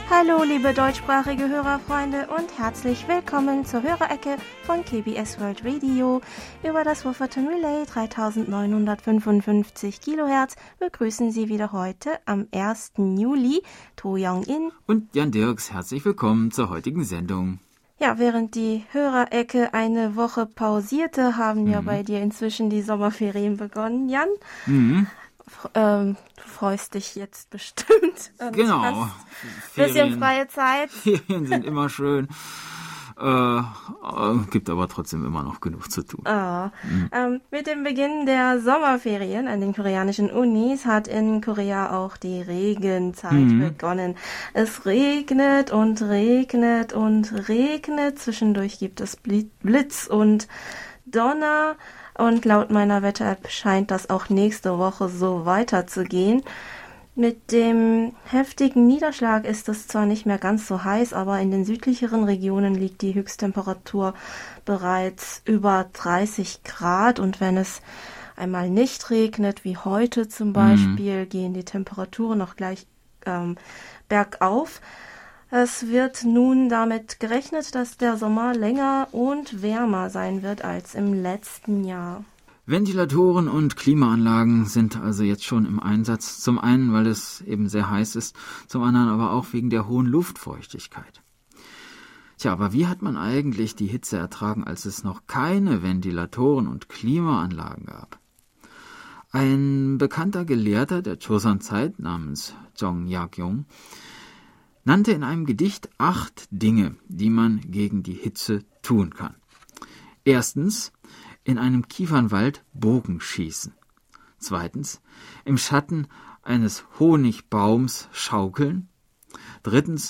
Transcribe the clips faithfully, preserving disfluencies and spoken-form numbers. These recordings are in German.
Hallo liebe deutschsprachige Hörerfreunde und herzlich willkommen zur Hörerecke von K B S World Radio. Über das Wolverton Relay dreitausendneunhundertfünfundfünfzig Kilohertz begrüßen Sie wieder heute am ersten Juli To Young-in und Jan Dirks. Herzlich willkommen zur heutigen Sendung. Ja, während die Hörerecke eine Woche pausierte, haben mhm. ja bei dir inzwischen die Sommerferien begonnen, Jan. Mhm. Ähm, du freust dich jetzt bestimmt. Und genau. Ein bisschen freie Zeit. Ferien sind immer schön. Äh, gibt aber trotzdem immer noch genug zu tun. Oh. Mhm. Ähm, mit dem Beginn der Sommerferien an den koreanischen Unis hat in Korea auch die Regenzeit mhm. begonnen. Es regnet und regnet und regnet. Zwischendurch gibt es Blitz und Donner. Und laut meiner Wetter-App scheint das auch nächste Woche so weiterzugehen. Mit dem heftigen Niederschlag ist es zwar nicht mehr ganz so heiß, aber in den südlicheren Regionen liegt die Höchsttemperatur bereits über dreißig Grad. Und wenn es einmal nicht regnet, wie heute zum Beispiel, mhm. gehen die Temperaturen noch gleich ähm, bergauf. Es wird nun damit gerechnet, dass der Sommer länger und wärmer sein wird als im letzten Jahr. Ventilatoren und Klimaanlagen sind also jetzt schon im Einsatz. Zum einen, weil es eben sehr heiß ist, zum anderen aber auch wegen der hohen Luftfeuchtigkeit. Tja, aber wie hat man eigentlich die Hitze ertragen, als es noch keine Ventilatoren und Klimaanlagen gab? Ein bekannter Gelehrter der Joseon-Zeit namens Jong Jak-yong nannte in einem Gedicht acht Dinge, die man gegen die Hitze tun kann. Erstens, in einem Kiefernwald Bogen schießen. Zweitens, im Schatten eines Honigbaums schaukeln. Drittens,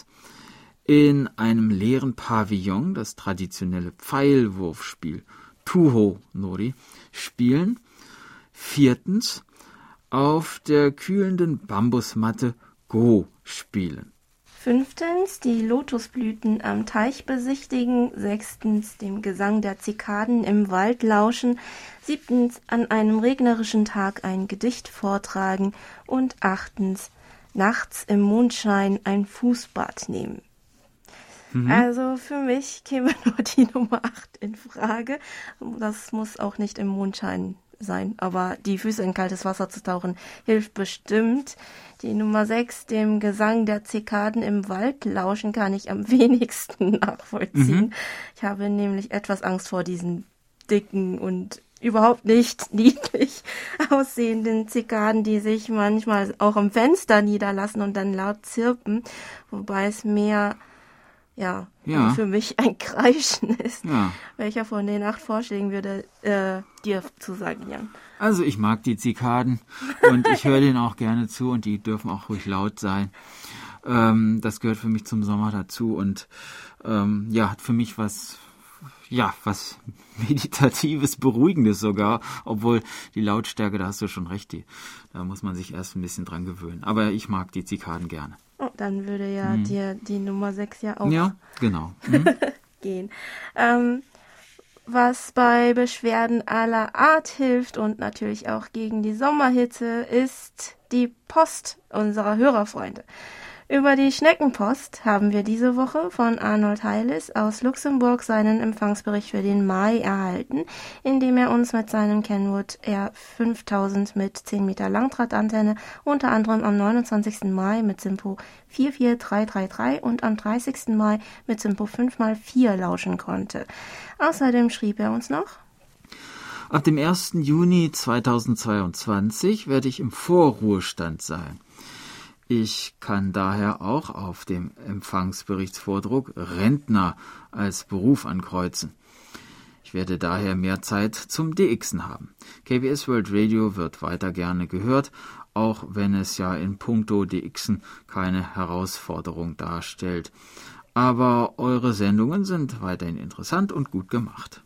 in einem leeren Pavillon das traditionelle Pfeilwurfspiel Tuho Nori spielen. Viertens, auf der kühlenden Bambusmatte Go spielen. Fünftens, die Lotusblüten am Teich besichtigen. Sechstens, dem Gesang der Zikaden im Wald lauschen. Siebtens, an einem regnerischen Tag ein Gedicht vortragen. Und achtens, nachts im Mondschein ein Fußbad nehmen. Mhm. Also für mich käme nur die Nummer acht in Frage. Das muss auch nicht im Mondschein sein, aber die Füße in kaltes Wasser zu tauchen hilft bestimmt. Die Nummer sechs, dem Gesang der Zikaden im Wald lauschen, kann ich am wenigsten nachvollziehen. Mhm. Ich habe nämlich etwas Angst vor diesen dicken und überhaupt nicht niedlich aussehenden Zikaden, die sich manchmal auch am Fenster niederlassen und dann laut zirpen, wobei es mehr Ja, ja, für mich ein Kreischen ist. Ja. Welcher von den acht Vorschlägen würde äh, dir zusagen, Jan? Also ich mag die Zikaden und ich höre denen auch gerne zu und die dürfen auch ruhig laut sein. Ähm, das gehört für mich zum Sommer dazu und ähm, ja, hat für mich was, ja, was Meditatives, Beruhigendes sogar, obwohl die Lautstärke, da hast du schon recht, die, da muss man sich erst ein bisschen dran gewöhnen. Aber ich mag die Zikaden gerne. Oh, dann würde ja mhm. dir die Nummer sechs ja auch ja, genau. Mhm. gehen. Ähm, was bei Beschwerden aller Art hilft und natürlich auch gegen die Sommerhitze, ist die Post unserer Hörerfreunde. Über die Schneckenpost haben wir diese Woche von Arnold Heilis aus Luxemburg seinen Empfangsbericht für den Mai erhalten, in dem er uns mit seinem Kenwood R fünftausend mit zehn Meter Langdrahtantenne unter anderem am neunundzwanzigsten Mai mit Simpo vier vier drei drei drei und am dreißigsten Mai mit Simpo fünf mal vier lauschen konnte. Außerdem schrieb er uns noch: Ab dem ersten Juni zweitausendzweiundzwanzig werde ich im Vorruhestand sein. Ich kann daher auch auf dem Empfangsberichtsvordruck Rentner als Beruf ankreuzen. Ich werde daher mehr Zeit zum D Xen haben. K B S World Radio wird weiter gerne gehört, auch wenn es ja in puncto D Xen keine Herausforderung darstellt. Aber eure Sendungen sind weiterhin interessant und gut gemacht.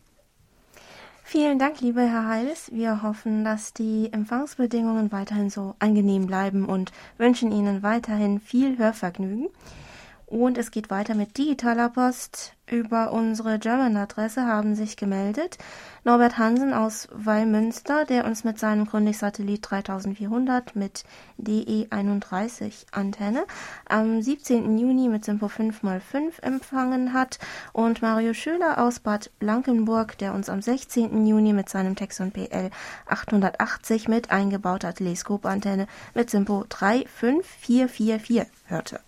Vielen Dank, lieber Herr Heilis. Wir hoffen, dass die Empfangsbedingungen weiterhin so angenehm bleiben und wünschen Ihnen weiterhin viel Hörvergnügen. Und es geht weiter mit digitaler Post. Über unsere German-Adresse haben sich gemeldet Norbert Hansen aus Weilmünster, der uns mit seinem Grundig-Satellit dreitausendvierhundert mit D E einunddreißig Antenne am siebzehnten Juni mit Simpo fünf mal fünf empfangen hat. Und Mario Schöler aus Bad Blankenburg, der uns am sechzehnten Juni mit seinem Texon P L achthundertachtzig mit eingebauter Teleskopantenne mit Simpo drei fünf vier vier vier hörte.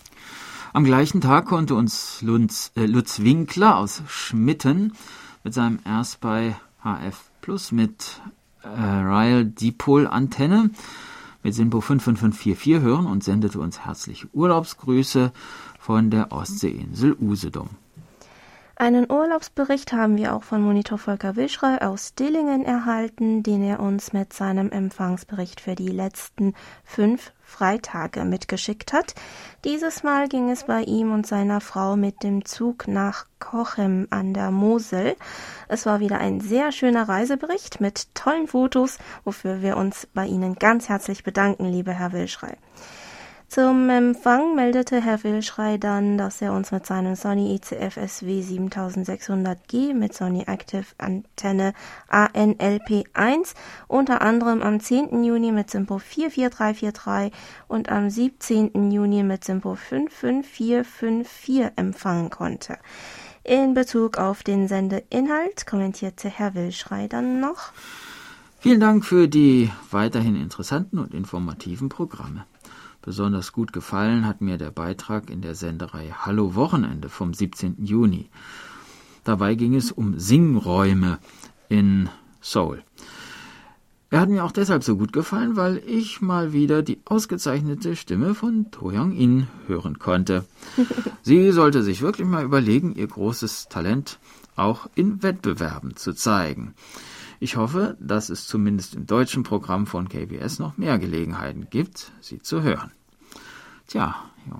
Am gleichen Tag konnte uns Lutz, äh, Lutz Winkler aus Schmitten mit seinem AirSpy H F Plus mit äh, Rial Dipol-Antenne mit Simpo fünf fünf fünf vier vier hören und sendete uns herzliche Urlaubsgrüße von der Ostseeinsel Usedom. Einen Urlaubsbericht haben wir auch von Monitor Volker Wilschrei aus Dillingen erhalten, den er uns mit seinem Empfangsbericht für die letzten fünf Freitage mitgeschickt hat. Dieses Mal ging es bei ihm und seiner Frau mit dem Zug nach Cochem an der Mosel. Es war wieder ein sehr schöner Reisebericht mit tollen Fotos, wofür wir uns bei Ihnen ganz herzlich bedanken, lieber Herr Wilschrei. Zum Empfang meldete Herr Wilschrei dann, dass er uns mit seinem Sony E C F S W siebentausendsechshundert G mit Sony Active Antenne A N L P eins unter anderem am zehnten Juni mit Simpo vier vier drei vier drei und am siebzehnten Juni mit Simpo fünf fünf vier fünf vier empfangen konnte. In Bezug auf den Sendeinhalt kommentierte Herr Wilschrei dann noch: Vielen Dank für die weiterhin interessanten und informativen Programme. Besonders gut gefallen hat mir der Beitrag in der Sendereihe Hallo Wochenende vom siebzehnten Juni. Dabei ging es um Singräume in Seoul. Er hat mir auch deshalb so gut gefallen, weil ich mal wieder die ausgezeichnete Stimme von To Young-in hören konnte. Sie sollte sich wirklich mal überlegen, ihr großes Talent auch in Wettbewerben zu zeigen. Ich hoffe, dass es zumindest im deutschen Programm von K B S noch mehr Gelegenheiten gibt, sie zu hören. Tja,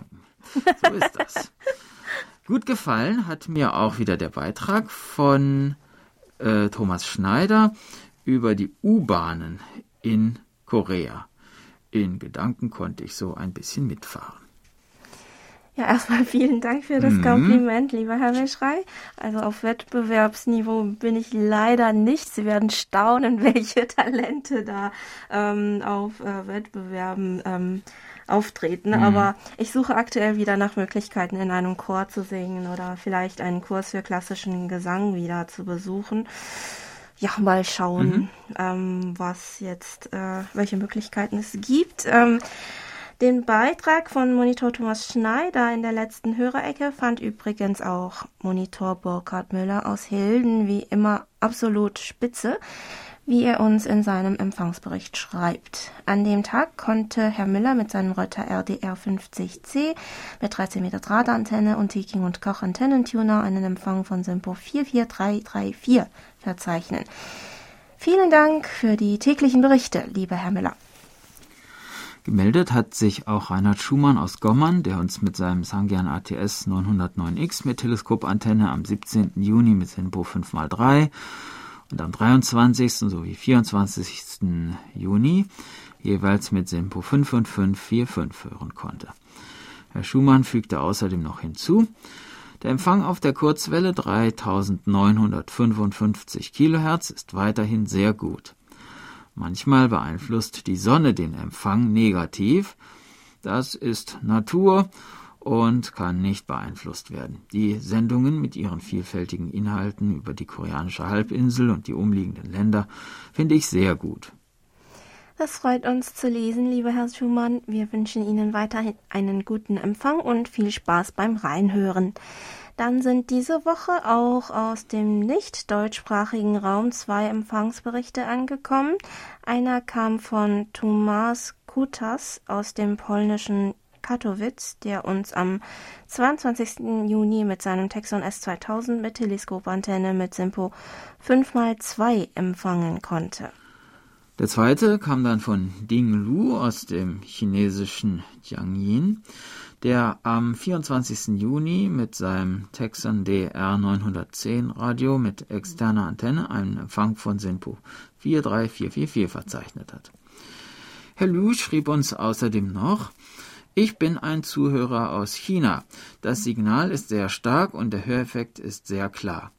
so ist das. Gut gefallen hat mir auch wieder der Beitrag von äh, Thomas Schneider über die U-Bahnen in Korea. In Gedanken konnte ich so ein bisschen mitfahren. Ja, erstmal vielen Dank für das mhm. Kompliment, lieber Herr Wilschrei. Also auf Wettbewerbsniveau bin ich leider nicht. Sie werden staunen, welche Talente da ähm, auf äh, Wettbewerben ähm, auftreten. Mhm. Aber ich suche aktuell wieder nach Möglichkeiten, in einem Chor zu singen oder vielleicht einen Kurs für klassischen Gesang wieder zu besuchen. Ja, mal schauen, mhm. ähm, was jetzt, äh, welche Möglichkeiten es gibt. Ähm, Den Beitrag von Monitor Thomas Schneider in der letzten Hörerecke fand übrigens auch Monitor Burkhard Müller aus Hilden wie immer absolut spitze, wie er uns in seinem Empfangsbericht schreibt. An dem Tag konnte Herr Müller mit seinem Reuter R D R fünfzig C mit dreizehn Meter Drahtantenne und Teking und Koch Antennentuner einen Empfang von Simpo vier vier drei drei vier verzeichnen. Vielen Dank für die täglichen Berichte, lieber Herr Müller. Gemeldet hat sich auch Reinhard Schumann aus Gommern, der uns mit seinem Sangyan A T S neunhundertneun X mit Teleskopantenne am siebzehnten Juni mit Simpo fünf mal drei und am dreiundzwanzigsten sowie vierundzwanzigsten Juni jeweils mit Simpo fünf fünf fünf vier fünf hören konnte. Herr Schumann fügte außerdem noch hinzu: Der Empfang auf der Kurzwelle dreitausendneunhundertfünfundfünfzig Kilohertz ist weiterhin sehr gut. Manchmal beeinflusst die Sonne den Empfang negativ. Das ist Natur und kann nicht beeinflusst werden. Die Sendungen mit ihren vielfältigen Inhalten über die koreanische Halbinsel und die umliegenden Länder finde ich sehr gut. Das freut uns zu lesen, lieber Herr Schumann. Wir wünschen Ihnen weiterhin einen guten Empfang und viel Spaß beim Reinhören. Dann sind diese Woche auch aus dem nicht deutschsprachigen Raum zwei Empfangsberichte angekommen. Einer kam von Tomasz Kutas aus dem polnischen Katowice, der uns am zweiundzwanzigsten Juni mit seinem Texon S zweitausend mit Teleskopantenne mit Simpo fünf mal zwei empfangen konnte. Der zweite kam dann von Ding Lu aus dem chinesischen Jiangyin, der am vierundzwanzigsten Juni mit seinem Texon D R neunhundertzehn Radio mit externer Antenne einen Empfang von Simpo vier drei vier vier vier verzeichnet hat. Herr Lu schrieb uns außerdem noch: Ich bin ein Zuhörer aus China. Das Signal ist sehr stark und der Höreffekt ist sehr klar.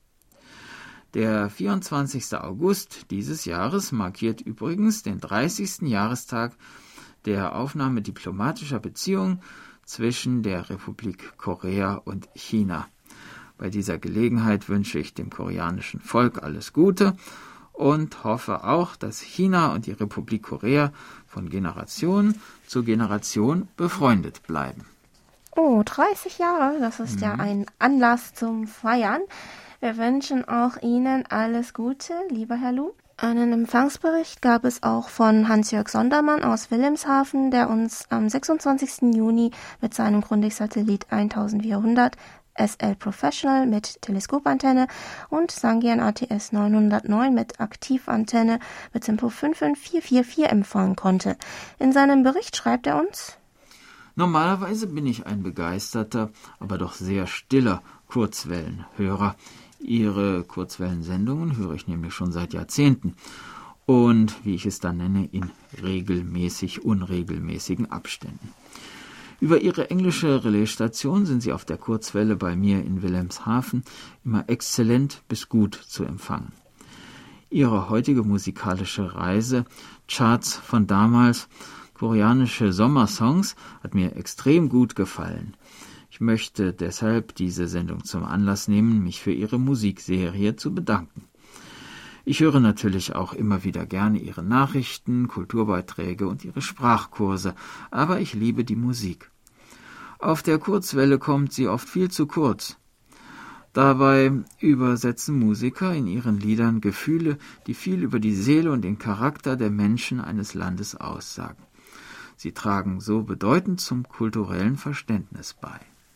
Der vierundzwanzigster August dieses Jahres markiert übrigens den dreißigsten Jahrestag der Aufnahme diplomatischer Beziehungen zwischen der Republik Korea und China. Bei dieser Gelegenheit wünsche ich dem koreanischen Volk alles Gute und hoffe auch, dass China und die Republik Korea von Generation zu Generation befreundet bleiben. Oh, dreißig Jahre, das ist mhm. ja ein Anlass zum Feiern. Wir wünschen auch Ihnen alles Gute, lieber Herr Lu. Einen Empfangsbericht gab es auch von Hans-Jörg Sondermann aus Wilhelmshaven, der uns am sechsundzwanzigsten Juni mit seinem Grundig-Satellit vierzehnhundert S L Professional mit Teleskopantenne und Sangean A T S neunhundertneun mit Aktivantenne mit Tempo fünf fünf vier vier vier empfangen konnte. In seinem Bericht schreibt er uns: Normalerweise bin ich ein begeisterter, aber doch sehr stiller Kurzwellenhörer. Ihre Kurzwellensendungen höre ich nämlich schon seit Jahrzehnten und, wie ich es dann nenne, in regelmäßig unregelmäßigen Abständen. Über Ihre englische Relaisstation sind Sie auf der Kurzwelle bei mir in Wilhelmshaven immer exzellent bis gut zu empfangen. Ihre heutige musikalische Reise, Charts von damals, koreanische Sommersongs, hat mir extrem gut gefallen. Ich möchte deshalb diese Sendung zum Anlass nehmen, mich für Ihre Musikserie zu bedanken. Ich höre natürlich auch immer wieder gerne Ihre Nachrichten, Kulturbeiträge und Ihre Sprachkurse, aber ich liebe die Musik. Auf der Kurzwelle kommt sie oft viel zu kurz. Dabei übersetzen Musiker in ihren Liedern Gefühle, die viel über die Seele und den Charakter der Menschen eines Landes aussagen. Sie tragen so bedeutend zum kulturellen Verständnis bei.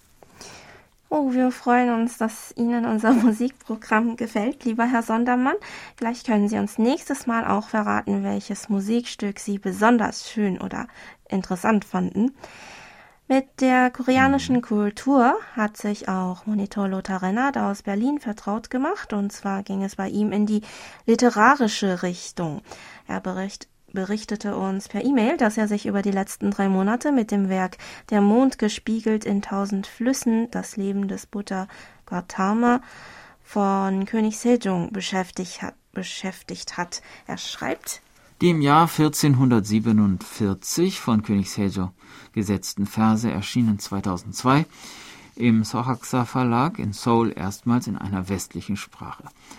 Oh, wir freuen uns, dass Ihnen unser Musikprogramm gefällt, lieber Herr Sondermann. Vielleicht können Sie uns nächstes Mal auch verraten, welches Musikstück Sie besonders schön oder interessant fanden. Mit der koreanischen Kultur hat sich auch Monitor Lothar Rennert aus Berlin vertraut gemacht, und zwar ging es bei ihm in die literarische Richtung. Er bericht, berichtete uns per E-Mail, dass er sich über die letzten drei Monate mit dem Werk Der Mond gespiegelt in tausend Flüssen, das Leben des Buddha Gautama von König Sejong beschäftigt hat. beschäftigt hat. Er schreibt: Die im Jahr vierzehnhundertsiebenundvierzig von König Sejong gesetzten Verse erschienen zweitausendzwei im Sohaxa Verlag in Seoul erstmals in einer westlichen Sprache.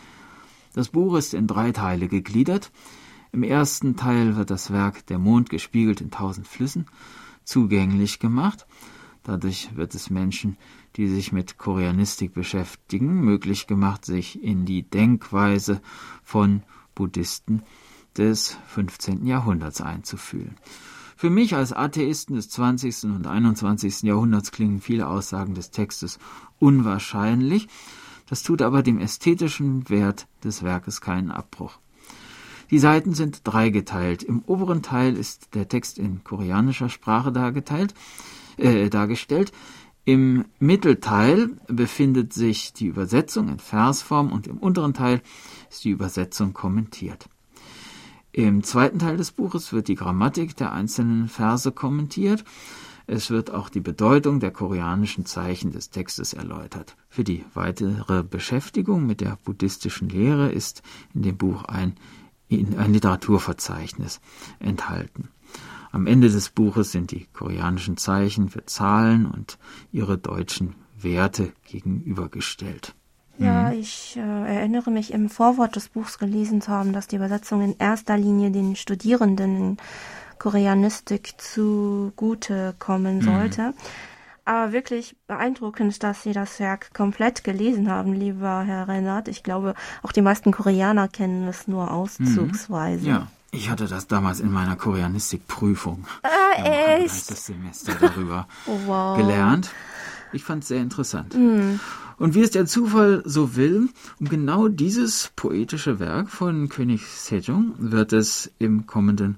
Das Buch ist in drei Teile gegliedert. Im ersten Teil wird das Werk Der Mond gespiegelt in tausend Flüssen zugänglich gemacht. Dadurch wird es Menschen, die sich mit Koreanistik beschäftigen, möglich gemacht, sich in die Denkweise von Buddhisten des fünfzehnten Jahrhunderts einzufühlen. Für mich als Atheisten des zwanzigsten und einundzwanzigsten Jahrhunderts klingen viele Aussagen des Textes unwahrscheinlich. Das tut aber dem ästhetischen Wert des Werkes keinen Abbruch. Die Seiten sind dreigeteilt. Im oberen Teil ist der Text in koreanischer Sprache dargeteilt, äh, dargestellt. Im Mittelteil befindet sich die Übersetzung in Versform und im unteren Teil ist die Übersetzung kommentiert. Im zweiten Teil des Buches wird die Grammatik der einzelnen Verse kommentiert. Es wird auch die Bedeutung der koreanischen Zeichen des Textes erläutert. Für die weitere Beschäftigung mit der buddhistischen Lehre ist in dem Buch ein in ein Literaturverzeichnis enthalten. Am Ende des Buches sind die koreanischen Zeichen für Zahlen und ihre deutschen Werte gegenübergestellt. Ja, mhm. ich äh, erinnere mich im Vorwort des Buchs gelesen zu haben, dass die Übersetzung in erster Linie den Studierenden in Koreanistik zugute kommen sollte. Mhm. Aber wirklich beeindruckend, dass Sie das Werk komplett gelesen haben, lieber Herr Rennert. Ich glaube, auch die meisten Koreaner kennen es nur auszugsweise. Ja, ich hatte das damals in meiner Koreanistikprüfung. Ah, echt? Das Semester darüber oh, wow. gelernt. Ich fand es sehr interessant. Mm. Und wie es der Zufall so will, um genau dieses poetische Werk von König Sejong wird es im kommenden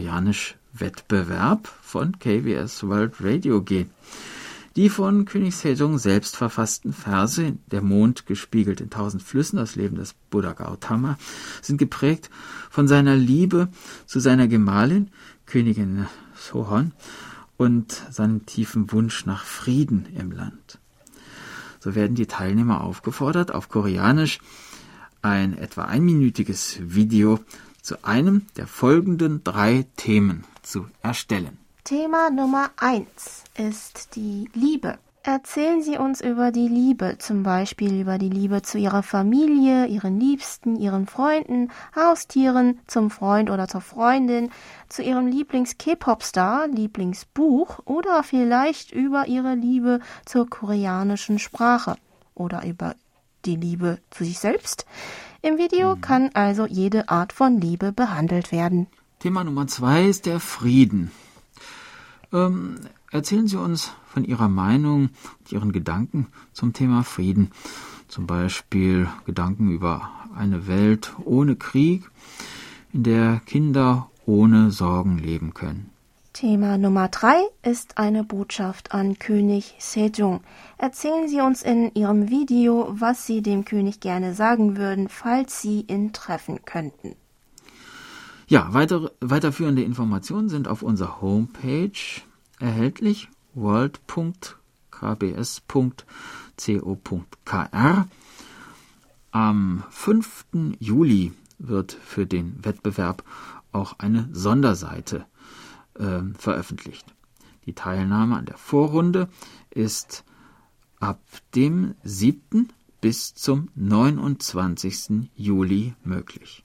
Koreanisch-Wettbewerb von K B S World Radio gehen. Die von König Sejong selbst verfassten Verse, Der Mond gespiegelt in tausend Flüssen, das Leben des Buddha Gautama, sind geprägt von seiner Liebe zu seiner Gemahlin, Königin Sohon, und seinen tiefen Wunsch nach Frieden im Land. So werden die Teilnehmer aufgefordert, auf Koreanisch ein etwa einminütiges Video zu einem der folgenden drei Themen zu erstellen. Thema Nummer eins ist die Liebe. Erzählen Sie uns über die Liebe, zum Beispiel über die Liebe zu Ihrer Familie, Ihren Liebsten, Ihren Freunden, Haustieren, zum Freund oder zur Freundin, zu Ihrem Lieblings-K-Pop-Star, Lieblingsbuch oder vielleicht über Ihre Liebe zur koreanischen Sprache oder über die Liebe zu sich selbst. Im Video kann also jede Art von Liebe behandelt werden. Thema Nummer zwei ist der Frieden. Ähm, erzählen Sie uns von Ihrer Meinung und Ihren Gedanken zum Thema Frieden. Zum Beispiel Gedanken über eine Welt ohne Krieg, in der Kinder ohne Sorgen leben können. Thema Nummer drei ist eine Botschaft an König Sejong. Erzählen Sie uns in Ihrem Video, was Sie dem König gerne sagen würden, falls Sie ihn treffen könnten. Ja, weitere, weiterführende Informationen sind auf unserer Homepage erhältlich, world punkt k b s punkt co punkt k r. Am fünften Juli wird für den Wettbewerb auch eine Sonderseite äh, veröffentlicht. Die Teilnahme an der Vorrunde ist ab dem siebten bis zum neunundzwanzigsten Juli möglich.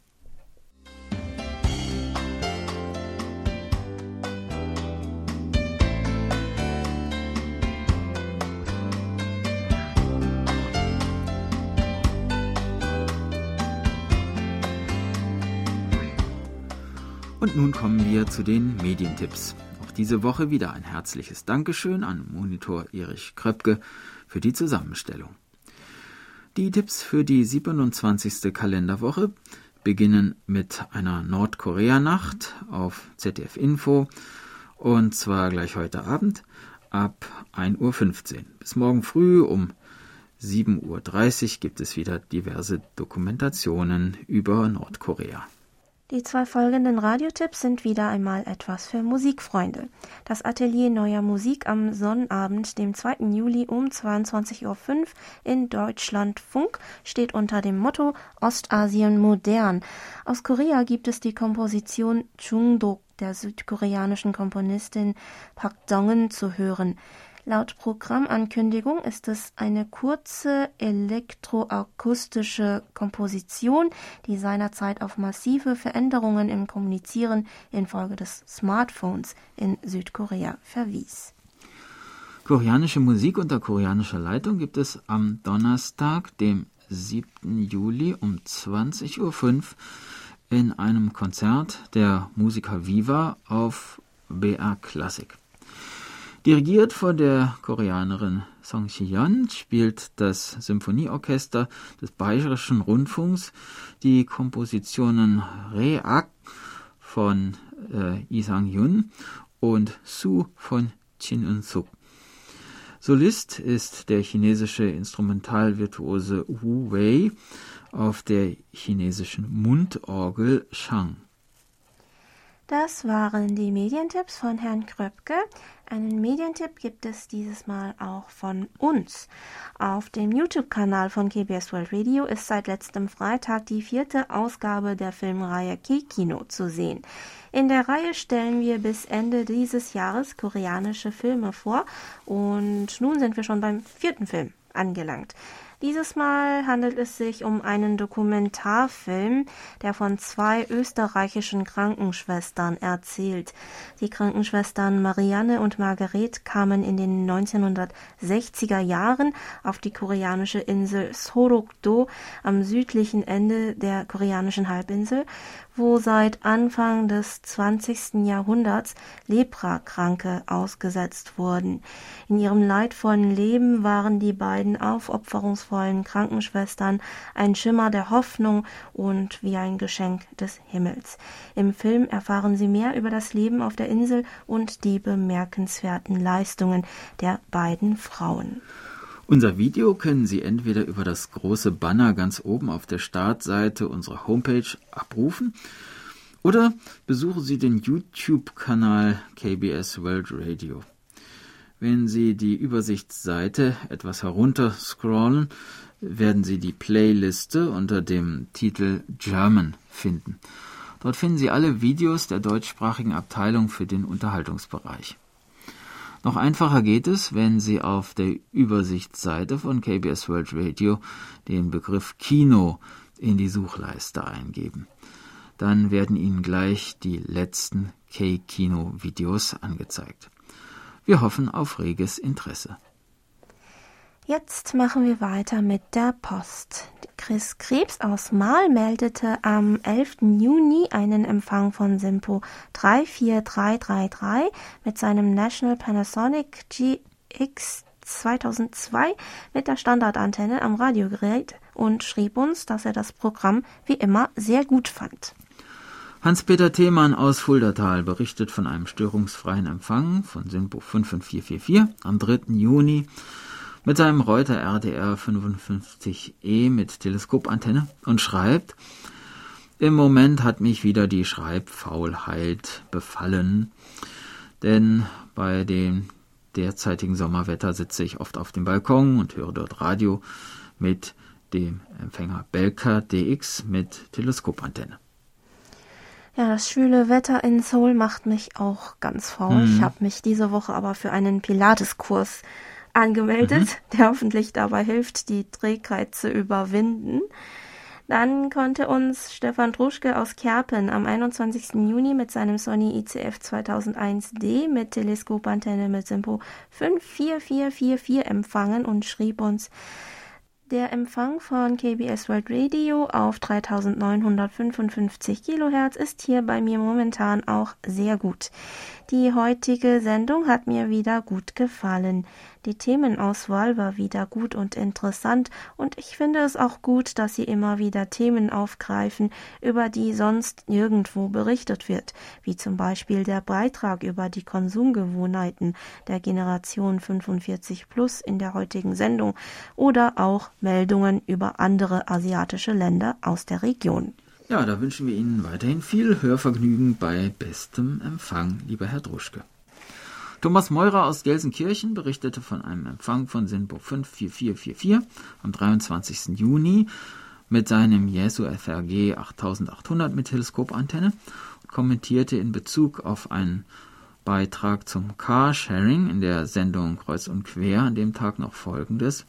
Und nun kommen wir zu den Medientipps. Auch diese Woche wieder ein herzliches Dankeschön an Monitor Erich Kröpke für die Zusammenstellung. Die Tipps für die siebenundzwanzigste Kalenderwoche beginnen mit einer Nordkorea-Nacht auf Z D F Info und zwar gleich heute Abend ab ein Uhr fünfzehn. Bis morgen früh um sieben Uhr dreißig gibt es wieder diverse Dokumentationen über Nordkorea. Die zwei folgenden Radiotipps sind wieder einmal etwas für Musikfreunde. Das Atelier Neuer Musik am Sonnabend, dem zweiten Juli um zweiundzwanzig Uhr fünf in Deutschlandfunk, steht unter dem Motto Ostasien modern. Aus Korea gibt es die Komposition Jungdok der südkoreanischen Komponistin Park Dong-eun zu hören. Laut Programmankündigung ist es eine kurze elektroakustische Komposition, die seinerzeit auf massive Veränderungen im Kommunizieren infolge des Smartphones in Südkorea verwies. Koreanische Musik unter koreanischer Leitung gibt es am Donnerstag, dem siebten Juli um zwanzig Uhr fünf in einem Konzert der Musiker Viva auf B R Classic. Dirigiert von der Koreanerin Song Si-yeon spielt das Symphonieorchester des Bayerischen Rundfunks die Kompositionen Re-ak von äh, Lee Sang-hyun und Su von Shin Eun-suk. Solist ist der chinesische Instrumentalvirtuose Wu Wei auf der chinesischen Mundorgel Shang. Das waren die Medientipps von Herrn Kröpke. Einen Medientipp gibt es dieses Mal auch von uns. Auf dem YouTube-Kanal von K B S World Radio ist seit letztem Freitag die vierte Ausgabe der Filmreihe K-Kino zu sehen. In der Reihe stellen wir bis Ende dieses Jahres koreanische Filme vor und nun sind wir schon beim vierten Film angelangt. Dieses Mal handelt es sich um einen Dokumentarfilm, der von zwei österreichischen Krankenschwestern erzählt. Die Krankenschwestern Marianne und Margaret kamen in den neunzehnhundertsechziger Jahren auf die koreanische Insel Sorok-do am südlichen Ende der koreanischen Halbinsel, wo seit Anfang des zwanzigsten Jahrhunderts Leprakranke ausgesetzt wurden. In ihrem leidvollen Leben waren die beiden aufopferungsvollen Krankenschwestern ein Schimmer der Hoffnung und wie ein Geschenk des Himmels. Im Film erfahren sie mehr über das Leben auf der Insel und die bemerkenswerten Leistungen der beiden Frauen. Unser Video können Sie entweder über das große Banner ganz oben auf der Startseite unserer Homepage abrufen Oder besuchen Sie den YouTube-Kanal K B S World Radio. Wenn Sie die Übersichtsseite etwas herunter scrollen, werden Sie die Playliste unter dem Titel German finden. Dort finden Sie alle Videos der deutschsprachigen Abteilung für den Unterhaltungsbereich. Noch einfacher geht es, wenn Sie auf der Übersichtsseite von K B S World Radio den Begriff Kino in die Suchleiste eingeben. Dann werden Ihnen gleich die letzten K-Kino-Videos angezeigt. Wir hoffen auf reges Interesse. Jetzt machen wir weiter mit der Post. Chris Krebs aus Marl meldete am elften Juni einen Empfang von SINPO drei vier drei drei drei mit seinem National Panasonic G X zweitausendzwei mit der Standardantenne am Radiogerät und schrieb uns, dass er das Programm wie immer sehr gut fand. Hans-Peter Themann aus Fuldatal berichtet von einem störungsfreien Empfang von SINPO fünf fünf vier vier vier am dritten Juni mit seinem Reuter R D R fünfundfünfzig E mit Teleskopantenne und schreibt: Im Moment hat mich wieder die Schreibfaulheit befallen, denn bei dem derzeitigen Sommerwetter sitze ich oft auf dem Balkon und höre dort Radio mit dem Empfänger Belka D X mit Teleskopantenne. Ja, das schwüle Wetter in Seoul macht mich auch ganz faul. Mhm. Ich habe mich diese Woche aber für einen Pilates-Kurs angemeldet, mhm. der hoffentlich dabei hilft, die Trägheit zu überwinden. Dann konnte uns Stefan Druschke aus Kerpen am einundzwanzigsten Juni mit seinem Sony I C F zweitausendeins D mit Teleskopantenne mit SINPO fünf vier vier vier vier empfangen und schrieb uns: Der Empfang von K B S World Radio auf dreitausendneunhundertfünfundfünfzig Kilohertz ist hier bei mir momentan auch sehr gut. Die heutige Sendung hat mir wieder gut gefallen. Die Themenauswahl war wieder gut und interessant und ich finde es auch gut, dass Sie immer wieder Themen aufgreifen, über die sonst nirgendwo berichtet wird, wie zum Beispiel der Beitrag über die Konsumgewohnheiten der Generation fünfundvierzig plus in der heutigen Sendung oder auch Meldungen über andere asiatische Länder aus der Region. Ja, da wünschen wir Ihnen weiterhin viel Hörvergnügen bei bestem Empfang, lieber Herr Druschke. Thomas Meurer aus Gelsenkirchen berichtete von einem Empfang von SINPO fünf vier vier vier vier am dreiundzwanzigsten Juni mit seinem Yaesu F R G achttausendachthundert mit Teleskopantenne und kommentierte in Bezug auf einen Beitrag zum Carsharing in der Sendung Kreuz und Quer an dem Tag noch Folgendes: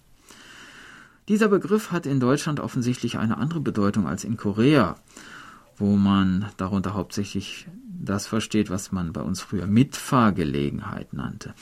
Dieser Begriff hat in Deutschland offensichtlich eine andere Bedeutung als in Korea, wo man darunter hauptsächlich das versteht, was man bei uns früher Mitfahrgelegenheit nannte.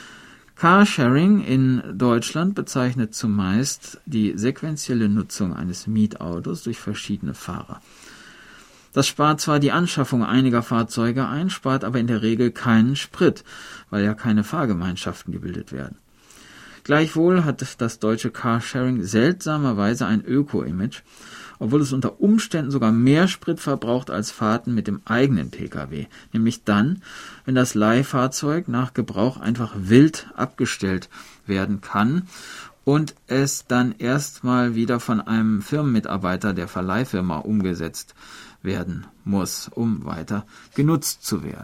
Carsharing in Deutschland bezeichnet zumeist die sequentielle Nutzung eines Mietautos durch verschiedene Fahrer. Das spart zwar die Anschaffung einiger Fahrzeuge ein, spart aber in der Regel keinen Sprit, weil ja keine Fahrgemeinschaften gebildet werden. Gleichwohl hat das deutsche Carsharing seltsamerweise ein Öko-Image, obwohl es unter Umständen sogar mehr Sprit verbraucht als Fahrten mit dem eigenen Pkw, nämlich dann, wenn das Leihfahrzeug nach Gebrauch einfach wild abgestellt werden kann und es dann erstmal wieder von einem Firmenmitarbeiter der Verleihfirma umgesetzt werden muss, um weiter genutzt zu werden.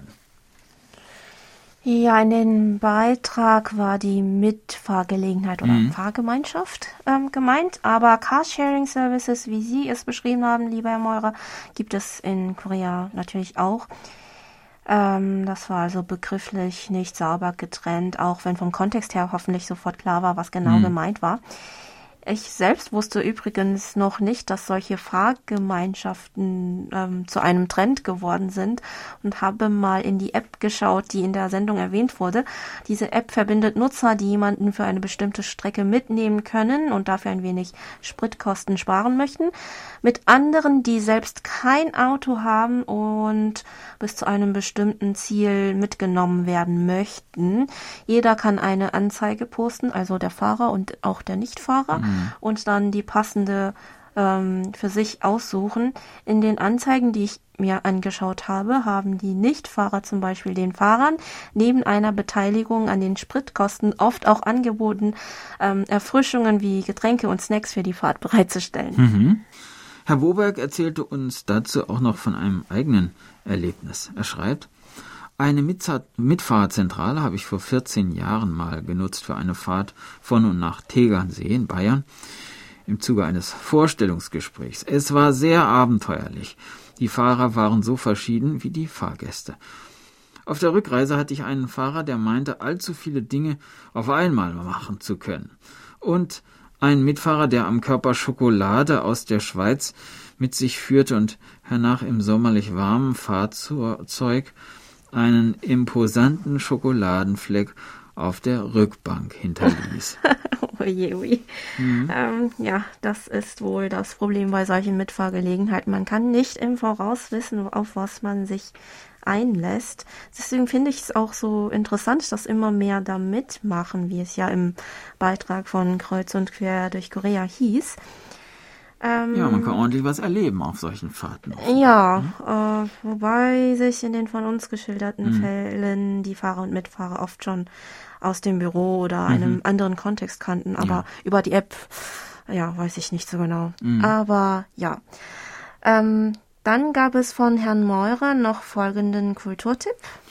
Ja, in dem Beitrag war die Mitfahrgelegenheit oder mhm. Fahrgemeinschaft ähm, gemeint, aber Carsharing-Services, wie Sie es beschrieben haben, lieber Herr Meurer, gibt es in Korea natürlich auch. Ähm, das war also begrifflich nicht sauber getrennt, auch wenn vom Kontext her hoffentlich sofort klar war, was genau mhm. gemeint war. Ich selbst wusste übrigens noch nicht, dass solche Fahrgemeinschaften ähm, zu einem Trend geworden sind und habe mal in die App geschaut, die in der Sendung erwähnt wurde. Diese App verbindet Nutzer, die jemanden für eine bestimmte Strecke mitnehmen können und dafür ein wenig Spritkosten sparen möchten, mit anderen, die selbst kein Auto haben und bis zu einem bestimmten Ziel mitgenommen werden möchten. Jeder kann eine Anzeige posten, also der Fahrer und auch der Nichtfahrer. Mhm. Und dann die passende ähm, für sich aussuchen. In den Anzeigen, die ich mir angeschaut habe, haben die Nichtfahrer zum Beispiel den Fahrern neben einer Beteiligung an den Spritkosten oft auch angeboten, ähm, Erfrischungen wie Getränke und Snacks für die Fahrt bereitzustellen. Mhm. Herr Woberg erzählte uns dazu auch noch von einem eigenen Erlebnis. Er schreibt, eine Mitfahrzentrale habe ich vor vierzehn Jahren mal genutzt für eine Fahrt von und nach Tegernsee in Bayern im Zuge eines Vorstellungsgesprächs. Es war sehr abenteuerlich. Die Fahrer waren so verschieden wie die Fahrgäste. Auf der Rückreise hatte ich einen Fahrer, der meinte, allzu viele Dinge auf einmal machen zu können. Und einen Mitfahrer, der am Körper Schokolade aus der Schweiz mit sich führte und hernach im sommerlich warmen Fahrzeug einen imposanten Schokoladenfleck auf der Rückbank hinterließ. Oje, oje. Mhm. Ähm, ja, das ist wohl das Problem bei solchen Mitfahrgelegenheiten. Man kann nicht im Voraus wissen, auf was man sich einlässt. Deswegen finde ich es auch so interessant, dass immer mehr da mitmachen, wie es ja im Beitrag von Kreuz und Quer durch Korea hieß. Ähm, ja, man kann ordentlich was erleben auf solchen Fahrten. Ja, mhm. äh, wobei sich in den von uns geschilderten mhm. Fällen die Fahrer und Mitfahrer oft schon aus dem Büro oder mhm. einem anderen Kontext kannten, aber ja. über die App, ja, weiß ich nicht so genau. Mhm. Aber ja, ähm, dann gab es von Herrn Meurer noch folgenden Kulturtipp.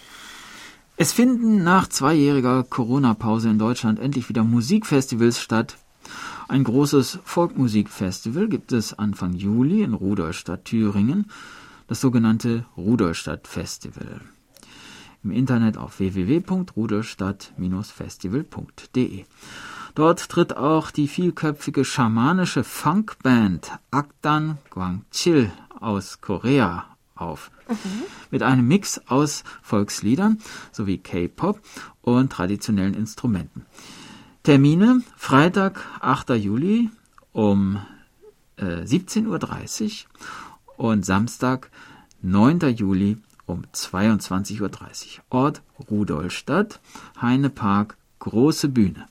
Es finden nach zweijähriger Corona-Pause in Deutschland endlich wieder Musikfestivals statt. Ein großes Folkmusikfestival gibt es Anfang Juli in Rudolstadt, Thüringen, das sogenannte Rudolstadt Festival. Im Internet auf w w w punkt rudolstadt festival punkt d e. Dort tritt auch die vielköpfige schamanische Funkband Akdan Gwangchil aus Korea auf. Mhm. Mit einem Mix aus Volksliedern sowie K-Pop und traditionellen Instrumenten. Termine: Freitag, achter Juli um äh, siebzehn Uhr dreißig und Samstag, neunter Juli um zweiundzwanzig Uhr dreißig. Ort Rudolstadt, Heinepark, große Bühne.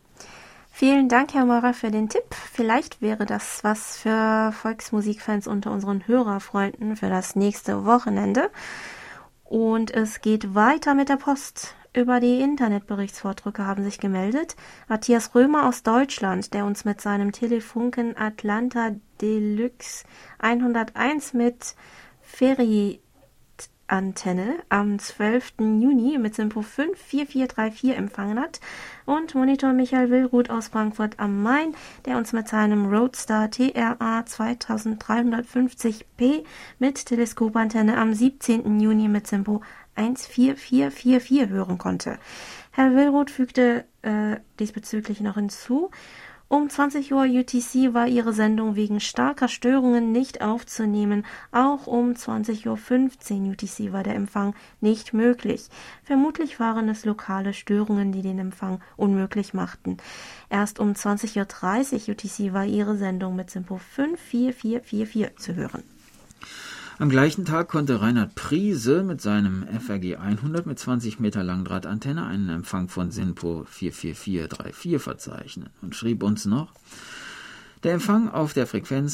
Vielen Dank, Herr Meurer, für den Tipp. Vielleicht wäre das was für Volksmusikfans unter unseren Hörerfreunden für das nächste Wochenende. Und es geht weiter mit der Post. Über die Internetberichtsvordrücke haben sich gemeldet Matthias Römer aus Deutschland, der uns mit seinem Telefunken Atlanta Deluxe hunderteins mit Ferry Antenne am zwölften Juni mit Simpo fünf vier vier drei vier empfangen hat, und Monitor Michael Willruth aus Frankfurt am Main, der uns mit seinem Roadstar T R A zweitausenddreihundertfünfzig p mit Teleskopantenne am siebzehnten Juni mit Simpo eins vier vier vier vier hören konnte. Herr Willruth fügte äh, diesbezüglich noch hinzu: Um zwanzig Uhr U T C war ihre Sendung wegen starker Störungen nicht aufzunehmen. Auch um zwanzig Uhr fünfzehn U T C war der Empfang nicht möglich. Vermutlich waren es lokale Störungen, die den Empfang unmöglich machten. Erst um zwanzig Uhr dreißig U T C war ihre Sendung mit Simpo fünf vier vier vier vier zu hören. Am gleichen Tag konnte Reinhard Priese mit seinem F R G hundert mit zwanzig Meter Langdrahtantenne einen Empfang von Simpo vier vier vier drei vier verzeichnen und schrieb uns noch: Der Empfang auf der Frequenz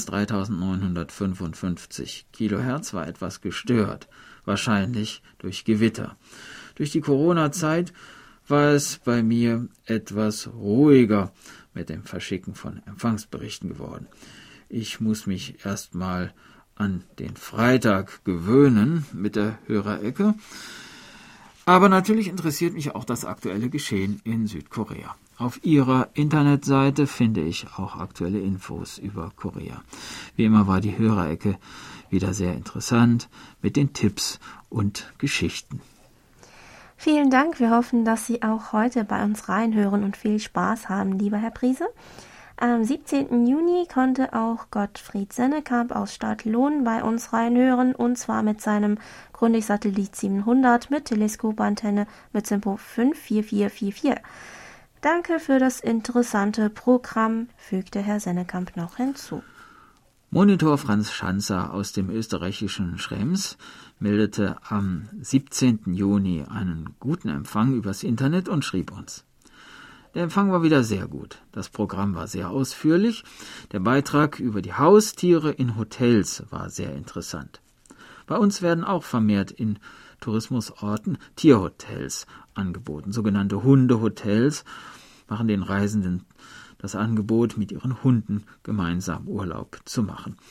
dreitausendneunhundertfünfundfünfzig Kilohertz war etwas gestört, wahrscheinlich durch Gewitter. Durch die Corona-Zeit war es bei mir etwas ruhiger mit dem Verschicken von Empfangsberichten geworden. Ich muss mich erstmal an den Freitag gewöhnen mit der Hörerecke. Aber natürlich interessiert mich auch das aktuelle Geschehen in Südkorea. Auf ihrer Internetseite finde ich auch aktuelle Infos über Korea. Wie immer war die Hörerecke wieder sehr interessant mit den Tipps und Geschichten. Vielen Dank. Wir hoffen, dass Sie auch heute bei uns reinhören und viel Spaß haben, lieber Herr Priese. Am siebzehnten Juni konnte auch Gottfried Sennekamp aus Stadtlohn bei uns reinhören, und zwar mit seinem Grundig-Satellit siebenhundert mit Teleskopantenne mit Simpo fünf vier vier vier vier. Danke für das interessante Programm, fügte Herr Sennekamp noch hinzu. Monitor Franz Schanzer aus dem österreichischen Schrems meldete am siebzehnten Juni einen guten Empfang übers Internet und schrieb uns: Der Empfang war wieder sehr gut. Das Programm war sehr ausführlich. Der Beitrag über die Haustiere in Hotels war sehr interessant. Bei uns werden auch vermehrt in Tourismusorten Tierhotels angeboten. Sogenannte Hundehotels machen den Reisenden das Angebot, mit ihren Hunden gemeinsam Urlaub zu machen.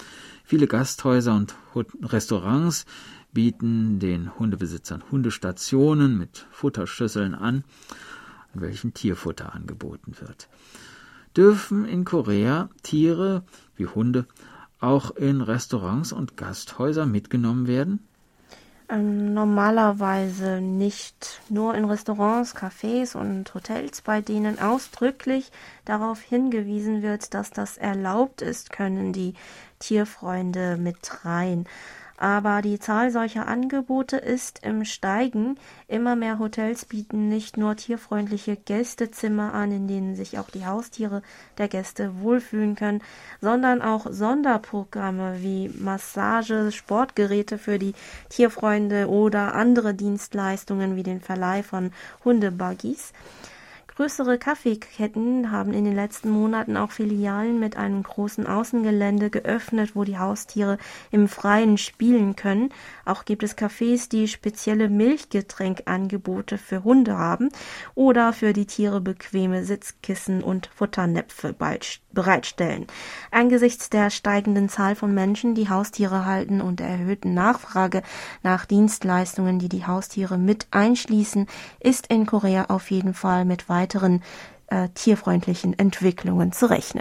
Viele Gasthäuser und Restaurants bieten den Hundebesitzern Hundestationen mit Futterschüsseln an, an welchen Tierfutter angeboten wird. Dürfen in Korea Tiere wie Hunde auch in Restaurants und Gasthäuser mitgenommen werden? Ähm, normalerweise nicht. Nur in Restaurants, Cafés und Hotels, bei denen ausdrücklich darauf hingewiesen wird, dass das erlaubt ist, können die Tierfreunde mit rein. Aber die Zahl solcher Angebote ist im Steigen. Immer mehr Hotels bieten nicht nur tierfreundliche Gästezimmer an, in denen sich auch die Haustiere der Gäste wohlfühlen können, sondern auch Sonderprogramme wie Massage, Sportgeräte für die Tierfreunde oder andere Dienstleistungen wie den Verleih von Hundebuggies. Größere Kaffeeketten haben in den letzten Monaten auch Filialen mit einem großen Außengelände geöffnet, wo die Haustiere im Freien spielen können. Auch gibt es Cafés, die spezielle Milchgetränkangebote für Hunde haben oder für die Tiere bequeme Sitzkissen und Futternäpfe bereitstellen. Angesichts der steigenden Zahl von Menschen, die Haustiere halten und der erhöhten Nachfrage nach Dienstleistungen, die die Haustiere mit einschließen, ist in Korea auf jeden Fall mit weiteren weiteren äh, tierfreundlichen Entwicklungen zu rechnen.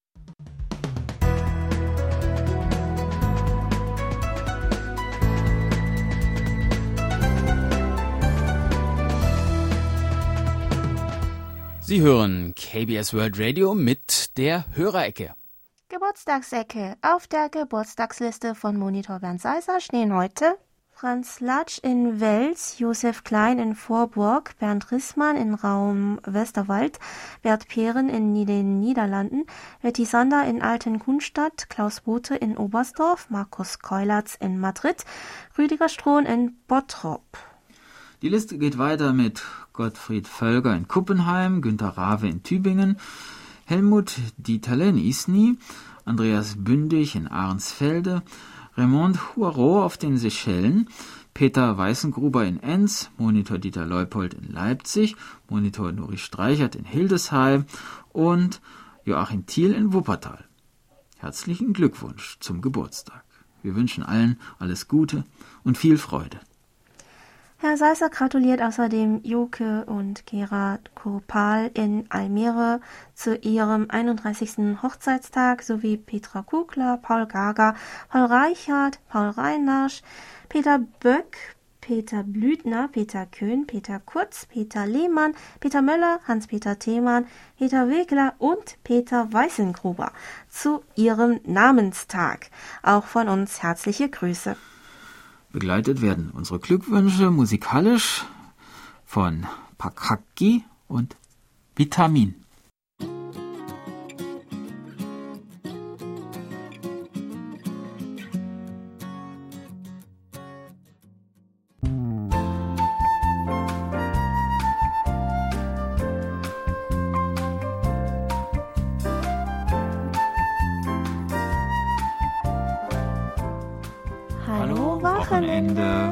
Sie hören K B S World Radio mit der Hörerecke. Geburtstagsecke. Auf der Geburtstagsliste von Monitor Bernd Seiser stehen heute Franz Latsch in Wels, Josef Klein in Vorburg, Bernd Rissmann in Raum Westerwald, Bert Pehren in den Niederlanden, Betty Sander in Altenkunstadt, Klaus Bote in Oberstdorf, Markus Keulatz in Madrid, Rüdiger Strohn in Bottrop. Die Liste geht weiter mit Gottfried Völger in Kuppenheim, Günter Rave in Tübingen, Helmut Dieterle in Isny, Andreas Bündig in Ahrensfelde, Raymond Huarot auf den Seychellen, Peter Weißengruber in Enns, Monitor Dieter Leupold in Leipzig, Monitor Nuri Streichert in Hildesheim und Joachim Thiel in Wuppertal. Herzlichen Glückwunsch zum Geburtstag. Wir wünschen allen alles Gute und viel Freude. Herr Seiser gratuliert außerdem Joke und Gerard Kopal in Almere zu ihrem einunddreißigsten Hochzeitstag sowie Petra Kugler, Paul Gager, Paul Reichhardt, Paul Reinarsch, Peter Böck, Peter Blüthner, Peter Köhn, Peter Kurz, Peter Lehmann, Peter Möller, Hans-Peter Themann, Peter Wegler und Peter Weißengruber zu ihrem Namenstag. Auch von uns herzliche Grüße. Begleitet werden unsere Glückwünsche musikalisch von Pakaki und Vitamin. Hallo Wochenende.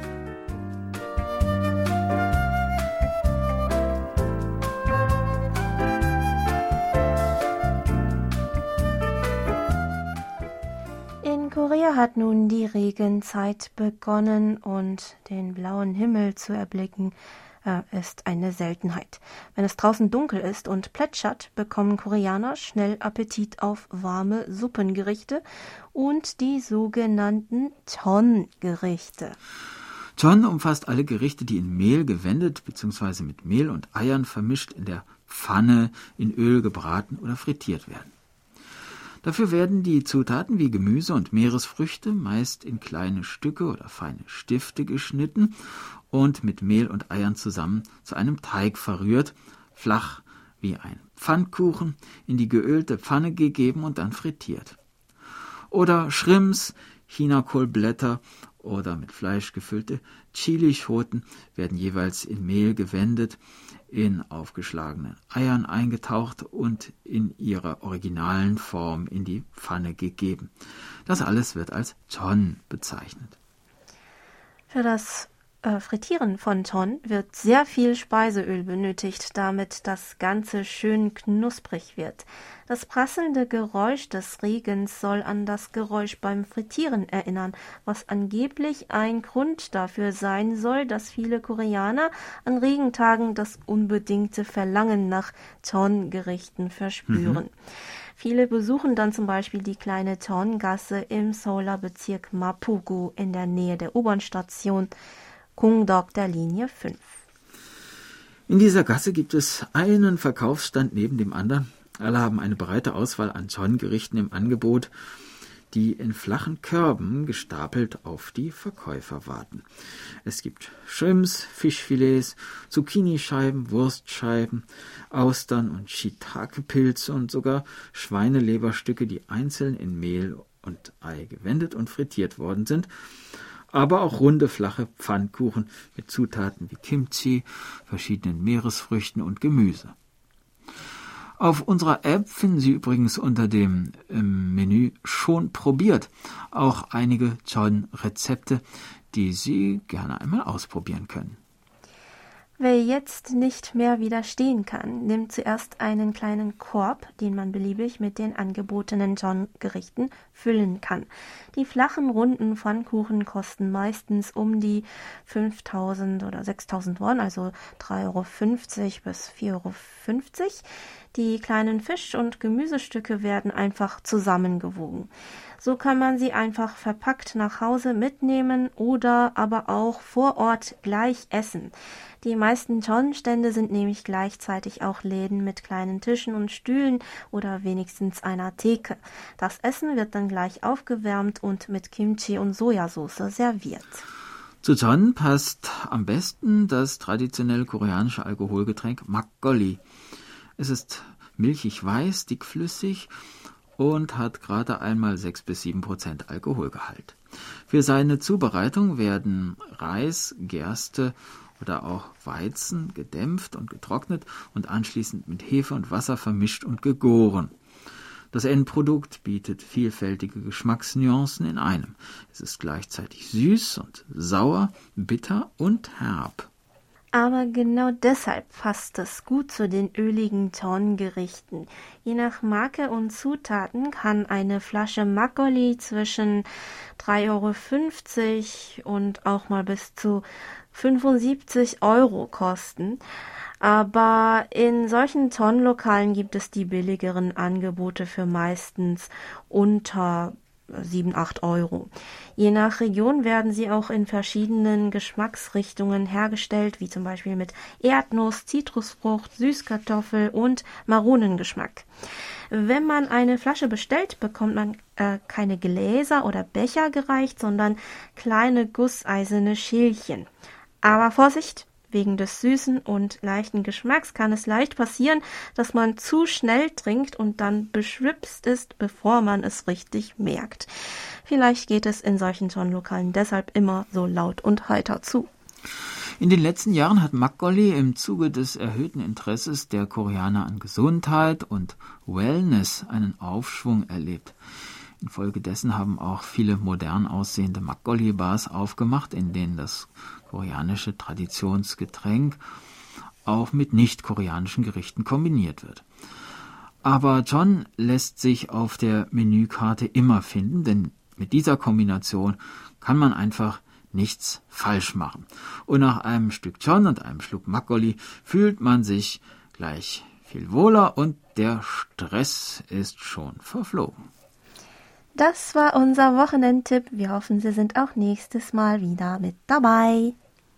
In Korea hat nun die Regenzeit begonnen und den blauen Himmel zu erblicken äh, ist eine Seltenheit. Wenn es draußen dunkel ist und plätschert, bekommen Koreaner schnell Appetit auf warme Suppengerichte und die sogenannten Jeon-Gerichte. Jeon umfasst alle Gerichte, die in Mehl gewendet bzw. mit Mehl und Eiern vermischt in der Pfanne in Öl gebraten oder frittiert werden. Dafür werden die Zutaten wie Gemüse und Meeresfrüchte meist in kleine Stücke oder feine Stifte geschnitten und mit Mehl und Eiern zusammen zu einem Teig verrührt, flach wie ein Pfannkuchen, in die geölte Pfanne gegeben und dann frittiert. Oder Shrimps, Chinakohlblätter oder mit Fleisch gefüllte Chilischoten werden jeweils in Mehl gewendet, in aufgeschlagenen Eiern eingetaucht und in ihrer originalen Form in die Pfanne gegeben. Das alles wird als Jeon bezeichnet. Für das äh, Frittieren von Ton wird sehr viel Speiseöl benötigt, damit das Ganze schön knusprig wird. Das prasselnde Geräusch des Regens soll an das Geräusch beim Frittieren erinnern, was angeblich ein Grund dafür sein soll, dass viele Koreaner an Regentagen das unbedingte Verlangen nach Ton-Gerichten verspüren. Mhm. Viele besuchen dann zum Beispiel die kleine Ton-Gasse im Seouler Bezirk Mapogu in der Nähe der U-Bahn-Station Kungdeok der Linie fünf. In dieser Gasse gibt es einen Verkaufsstand neben dem anderen. Alle haben eine breite Auswahl an Ton-Gerichten im Angebot, die in flachen Körben gestapelt auf die Verkäufer warten. Es gibt Shrimps, Fischfilets, Zucchinischeiben, Wurstscheiben, Austern und Shiitake-Pilze und sogar Schweineleberstücke, die einzeln in Mehl und Ei gewendet und frittiert worden sind, aber auch runde, flache Pfannkuchen mit Zutaten wie Kimchi, verschiedenen Meeresfrüchten und Gemüse. Auf unserer App finden Sie übrigens unter dem im Menü schon probiert auch einige Ton-Rezepte, die Sie gerne einmal ausprobieren können. Wer jetzt nicht mehr widerstehen kann, nimmt zuerst einen kleinen Korb, den man beliebig mit den angebotenen Ton-Gerichten füllen kann. Die flachen, runden Pfannkuchen kosten meistens um die fünftausend oder sechstausend Won, also drei Euro fünfzig bis vier Euro fünfzig. Die kleinen Fisch- und Gemüsestücke werden einfach zusammengewogen. So kann man sie einfach verpackt nach Hause mitnehmen oder aber auch vor Ort gleich essen. Die meisten Ton-Stände sind nämlich gleichzeitig auch Läden mit kleinen Tischen und Stühlen oder wenigstens einer Theke. Das Essen wird dann gleich aufgewärmt und mit Kimchi und Sojasauce serviert. Zu Ton passt am besten das traditionelle koreanische Alkoholgetränk Makgeolli. Es ist milchig weiß, dickflüssig und hat gerade einmal sechs bis sieben Prozent Alkoholgehalt. Für seine Zubereitung werden Reis, Gerste oder auch Weizen gedämpft und getrocknet und anschließend mit Hefe und Wasser vermischt und gegoren. Das Endprodukt bietet vielfältige Geschmacksnuancen in einem. Es ist gleichzeitig süß und sauer, bitter und herb. Aber genau deshalb passt es gut zu den öligen Ton-Gerichten. Je nach Marke und Zutaten kann eine Flasche Makgeolli zwischen drei Euro fünfzig und auch mal bis zu fünfundsiebzig Euro kosten. Aber in solchen Ton-Lokalen gibt es die billigeren Angebote für meistens unter sieben, acht Euro. Je nach Region werden sie auch in verschiedenen Geschmacksrichtungen hergestellt, wie zum Beispiel mit Erdnuss, Zitrusfrucht, Süßkartoffel und Maronengeschmack. Wenn man eine Flasche bestellt, bekommt man äh, keine Gläser oder Becher gereicht, sondern kleine gusseiserne Schälchen. Aber Vorsicht! Wegen des süßen und leichten Geschmacks kann es leicht passieren, dass man zu schnell trinkt und dann beschwipst ist, bevor man es richtig merkt. Vielleicht geht es in solchen Ton-Lokalen deshalb immer so laut und heiter zu. In den letzten Jahren hat Makgeolli im Zuge des erhöhten Interesses der Koreaner an Gesundheit und Wellness einen Aufschwung erlebt. Infolgedessen haben auch viele modern aussehende Makgeolli-Bars aufgemacht, in denen das koreanische Traditionsgetränk auch mit nicht-koreanischen Gerichten kombiniert wird. Aber Ton lässt sich auf der Menükarte immer finden, denn mit dieser Kombination kann man einfach nichts falsch machen. Und nach einem Stück Ton und einem Schluck Makgeolli fühlt man sich gleich viel wohler und der Stress ist schon verflogen. Das war unser Wochenendtipp. Wir hoffen, Sie sind auch nächstes Mal wieder mit dabei.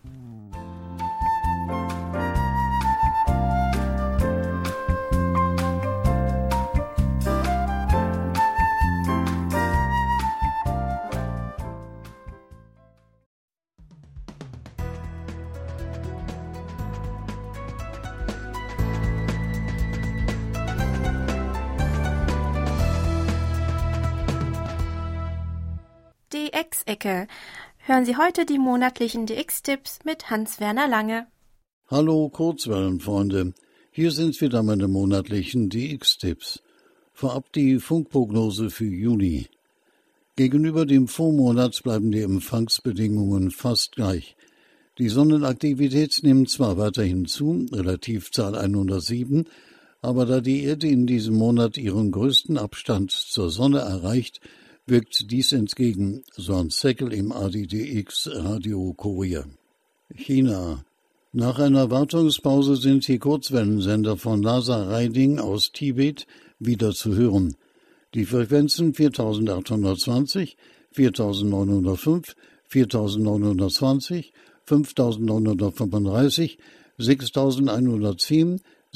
D X-Ecke. Hören Sie heute die monatlichen D X-Tipps mit Hans-Werner Lange. Hallo Kurzwellenfreunde, hier sind wieder meine monatlichen D X-Tipps. Vorab die Funkprognose für Juni. Gegenüber dem Vormonat bleiben die Empfangsbedingungen fast gleich. Die Sonnenaktivität nimmt zwar weiterhin zu, Relativzahl hundertsieben, aber da die Erde in diesem Monat ihren größten Abstand zur Sonne erreicht, wirkt dies entgegen, so Hans Seckel im A D D X Radio Kurier. China. Nach einer Wartungspause sind die Kurzwellensender von Lhasa Riding aus Tibet wieder zu hören. Die Frequenzen viertausendachthundertzwanzig, viertausendneunhundertfünf, viertausendneunhundertzwanzig, fünftausendneunhundertfünfunddreißig, sechstausendeinhundertzehn,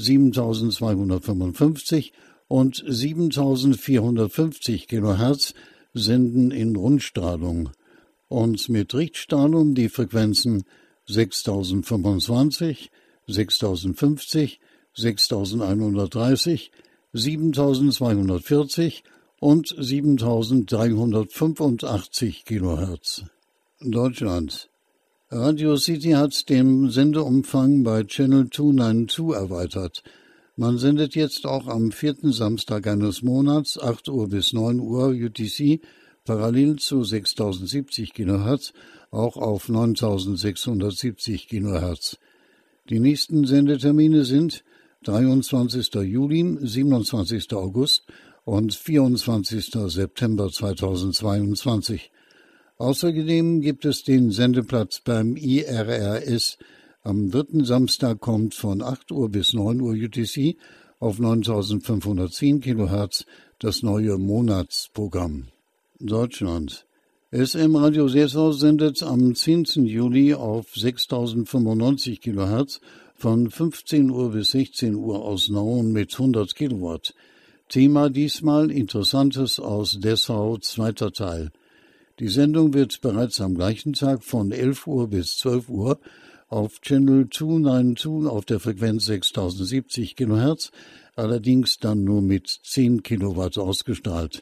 siebentausendzweihundertfünfundfünfzig und siebentausendvierhundertfünfzig Kilohertz senden in Rundstrahlung und mit Richtstrahlung die Frequenzen sechstausendfünfundzwanzig, sechstausendfünfzig, sechstausendeinhundertdreißig, siebentausendzweihundertvierzig und siebentausenddreihundertfünfundachtzig Kilohertz. Deutschland. Radio City hat den Sendeumfang bei Channel zweihunderzweiundneunzig erweitert. Man sendet jetzt auch am vierten Samstag eines Monats, acht Uhr bis neun Uhr U T C, parallel zu sechstausendsiebzig Kilohertz, auch auf neuntausendsechshundertsiebzig Kilohertz. Die nächsten Sendetermine sind dreiundzwanzigster Juli, siebenundzwanzigster August und vierundzwanzigster September zweitausendzweiundzwanzig. Außerdem gibt es den Sendeplatz beim I R R S. Am dritten Samstag kommt von acht Uhr bis neun Uhr U T C auf neuntausendfünfhundertzehn Kilohertz das neue Monatsprogramm. Deutschland. S M Radio Dessau sendet am zehnten Juli auf sechstausendfünfundneunzig Kilohertz von fünfzehn Uhr bis sechzehn Uhr aus Nauen mit hundert Kilowatt. Thema diesmal Interessantes aus Dessau, zweiter Teil. Die Sendung wird bereits am gleichen Tag von elf Uhr bis zwölf Uhr auf Channel zweihundertzweiundneunzig auf der Frequenz sechstausendsiebzig Kilohertz, allerdings dann nur mit zehn Kilowatt ausgestrahlt.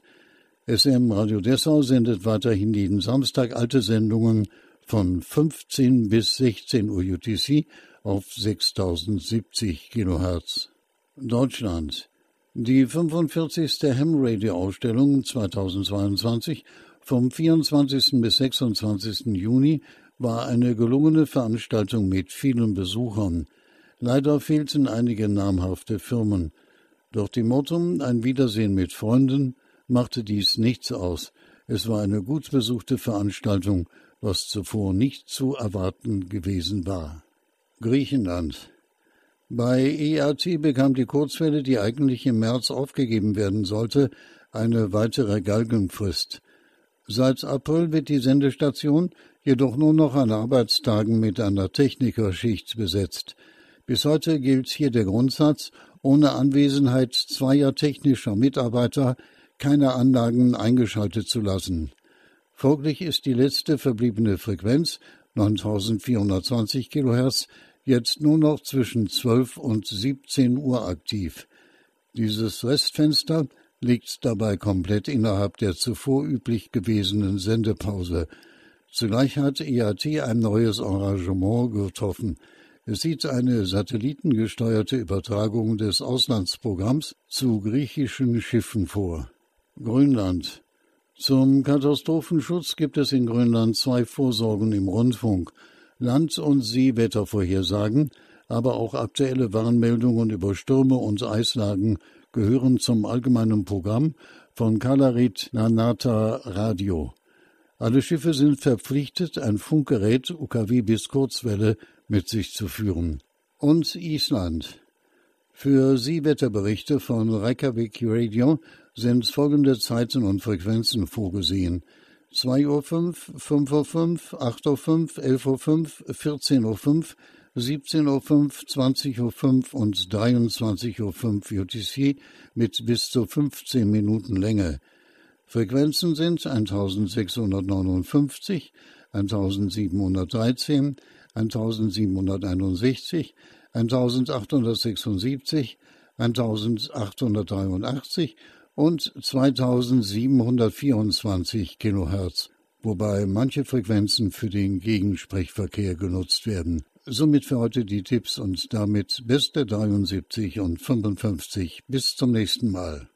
S M Radio Dessau sendet weiterhin jeden Samstag alte Sendungen von fünfzehn bis sechzehn Uhr U T C auf sechstausendsiebzig Kilohertz. Deutschland. Die fünfundvierzigste Ham Radio Ausstellung zweitausendzweiundzwanzig vom vierundzwanzigsten bis sechsundzwanzigsten Juni war eine gelungene Veranstaltung mit vielen Besuchern. Leider fehlten einige namhafte Firmen. Doch dem Motto „Ein Wiedersehen mit Freunden“ machte dies nichts aus. Es war eine gut besuchte Veranstaltung, was zuvor nicht zu erwarten gewesen war. Griechenland. Bei E R T bekam die Kurzwelle, die eigentlich im März aufgegeben werden sollte, eine weitere Galgenfrist. Seit April wird die Sendestation jedoch nur noch an Arbeitstagen mit einer Technikerschicht besetzt. Bis heute gilt hier der Grundsatz, ohne Anwesenheit zweier technischer Mitarbeiter keine Anlagen eingeschaltet zu lassen. Folglich ist die letzte verbliebene Frequenz, neuntausendvierhundertzwanzig Kilohertz, jetzt nur noch zwischen zwölf und siebzehn Uhr aktiv. Dieses Restfenster liegt dabei komplett innerhalb der zuvor üblich gewesenen Sendepause. Zugleich hat E R T ein neues Arrangement getroffen. Es sieht eine satellitengesteuerte Übertragung des Auslandsprogramms zu griechischen Schiffen vor. Grönland. Zum Katastrophenschutz gibt es in Grönland zwei Vorsorgen im Rundfunk: Land- und Seewettervorhersagen, aber auch aktuelle Warnmeldungen über Stürme und Eislagen gehören zum allgemeinen Programm von Kalarit Nanata Radio. Alle Schiffe sind verpflichtet, ein Funkgerät U K W bis Kurzwelle mit sich zu führen. Und Island. Für Seewetterberichte von Reykjavik Radio sind folgende Zeiten und Frequenzen vorgesehen: zwei Uhr fünf, fünf Uhr fünf, acht Uhr fünf, elf Uhr fünf, vierzehn Uhr fünf, siebzehn Uhr fünf, zwanzig Uhr fünf und dreiundzwanzig Uhr fünf U T C mit bis zu fünfzehn Minuten Länge. Frequenzen sind eintausendsechshundertneunundfünfzig, eintausendsiebenhundertdreizehn, eintausendsiebenhunderteinundsechzig, eintausendachthundertsechsundsiebzig, eintausendachthundertdreiundachtzig und zweitausendsiebenhundertvierundzwanzig Kilohertz, wobei manche Frequenzen für den Gegensprechverkehr genutzt werden. Somit für heute die Tipps und damit beste dreiundsiebzig und fünfundfünfzig. Bis zum nächsten Mal.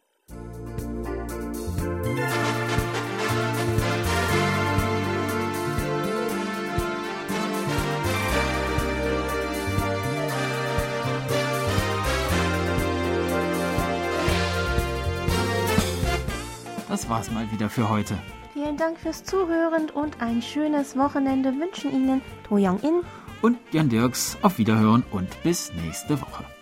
das war's mal wieder für heute. Vielen Dank fürs Zuhören und ein schönes Wochenende wünschen Ihnen To Young-in und Jan Dirks. Auf Wiederhören und bis nächste Woche.